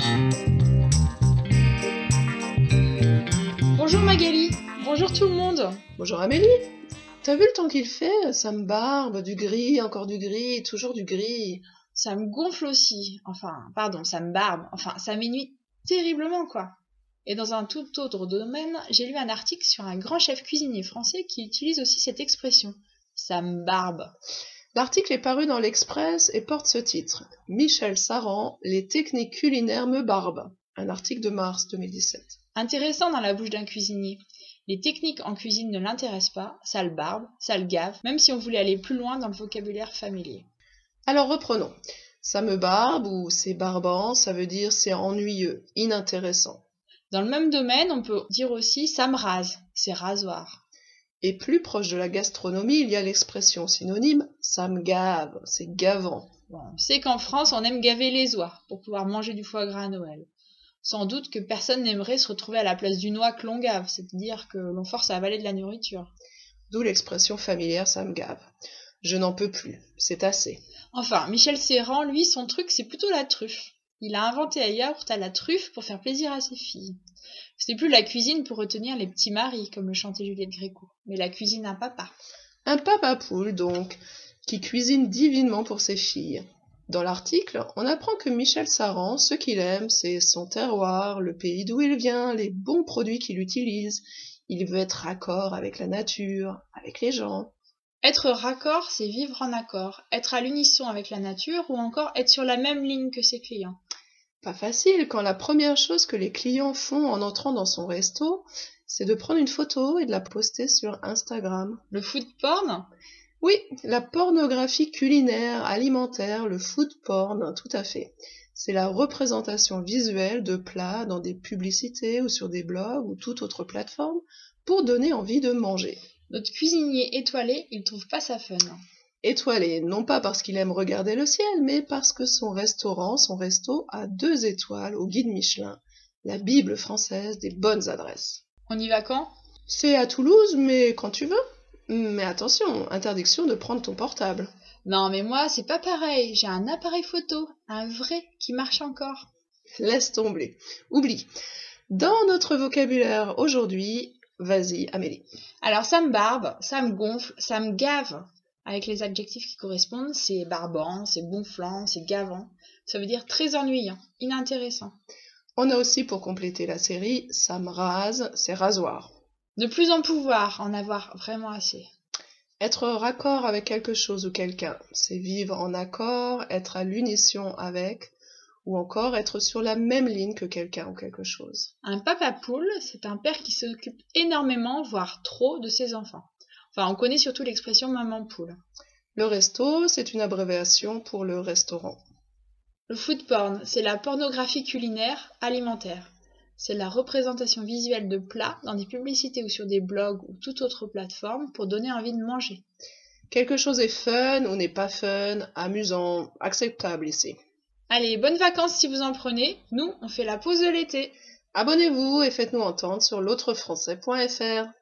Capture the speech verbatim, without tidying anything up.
Bonjour Magali, bonjour tout le monde. Bonjour Amélie. T'as vu le temps qu'il fait? Ça me barbe, du gris, encore du gris, toujours du gris. Ça me gonfle aussi, enfin, pardon, ça me barbe, enfin, ça m'ennuie terriblement, quoi. Et dans un tout autre domaine, j'ai lu un article sur un grand chef cuisinier français qui utilise aussi cette expression. Ça me barbe. L'article est paru dans l'Express et porte ce titre. Michel Saran, les techniques culinaires me barbent. Un article de mars deux mille dix-sept. Intéressant dans la bouche d'un cuisinier. Les techniques en cuisine ne l'intéressent pas, ça le barbe, ça le gave, même si on voulait aller plus loin dans le vocabulaire familier. Alors reprenons. Ça me barbe ou c'est barbant, ça veut dire c'est ennuyeux, inintéressant. Dans le même domaine, on peut dire aussi ça me rase, c'est rasoir. Et plus proche de la gastronomie, il y a l'expression synonyme ça me gave, c'est gavant. Bon, on sait qu'en France, on aime gaver les oies pour pouvoir manger du foie gras à Noël. Sans doute que personne n'aimerait se retrouver à la place d'une oie que l'on gave, c'est-à-dire que l'on force à avaler de la nourriture. D'où l'expression familière ça me gave. Je n'en peux plus, c'est assez. Enfin, Michel Serran, lui, son truc, c'est plutôt la truffe. Il a inventé un yaourt à la truffe pour faire plaisir à ses filles. C'est plus la cuisine pour retenir les petits maris, comme le chantait Juliette Gréco, mais la cuisine à papa. Un papa poule, donc, qui cuisine divinement pour ses filles. Dans l'article, on apprend que Michel Saran, ce qu'il aime, c'est son terroir, le pays d'où il vient, les bons produits qu'il utilise. Il veut être raccord avec la nature, avec les gens. Être raccord, c'est vivre en accord, être à l'unisson avec la nature ou encore être sur la même ligne que ses clients. Pas facile quand la première chose que les clients font en entrant dans son resto, c'est de prendre une photo et de la poster sur Instagram. Le food porn ? Oui, la pornographie culinaire, alimentaire, le food porn, tout à fait. C'est la représentation visuelle de plats dans des publicités ou sur des blogs ou toute autre plateforme pour donner envie de manger. Notre cuisinier étoilé, il trouve pas ça fun. Étoilé, non pas parce qu'il aime regarder le ciel, mais parce que son restaurant, son resto, a deux étoiles au guide Michelin, la Bible française des bonnes adresses. On y va quand ? C'est à Toulouse, mais quand tu veux. Mais attention, interdiction de prendre ton portable. Non, mais moi, c'est pas pareil. J'ai un appareil photo, un vrai, qui marche encore. Laisse tomber. Oublie. Dans notre vocabulaire aujourd'hui, vas-y, Amélie. Alors, ça me barbe, ça me gonfle, ça me gave. Avec les adjectifs qui correspondent, c'est barbant, c'est gonflant, c'est gavant. Ça veut dire très ennuyant, inintéressant. On a aussi, pour compléter la série, ça me rase, c'est rasoir. Ne plus en pouvoir, en avoir vraiment assez. Être raccord avec quelque chose ou quelqu'un, c'est vivre en accord, être à l'unisson avec, ou encore être sur la même ligne que quelqu'un ou quelque chose. Un papa poule, c'est un père qui s'occupe énormément, voire trop, de ses enfants. Enfin, on connaît surtout l'expression maman poule. Le resto, c'est une abréviation pour le restaurant. Le food porn, c'est la pornographie culinaire alimentaire. C'est la représentation visuelle de plats dans des publicités ou sur des blogs ou toute autre plateforme pour donner envie de manger. Quelque chose est fun ou n'est pas fun, amusant, acceptable ici. Allez, bonnes vacances si vous en prenez. Nous, on fait la pause de l'été. Abonnez-vous et faites-nous entendre sur l'autrefrançais point f r.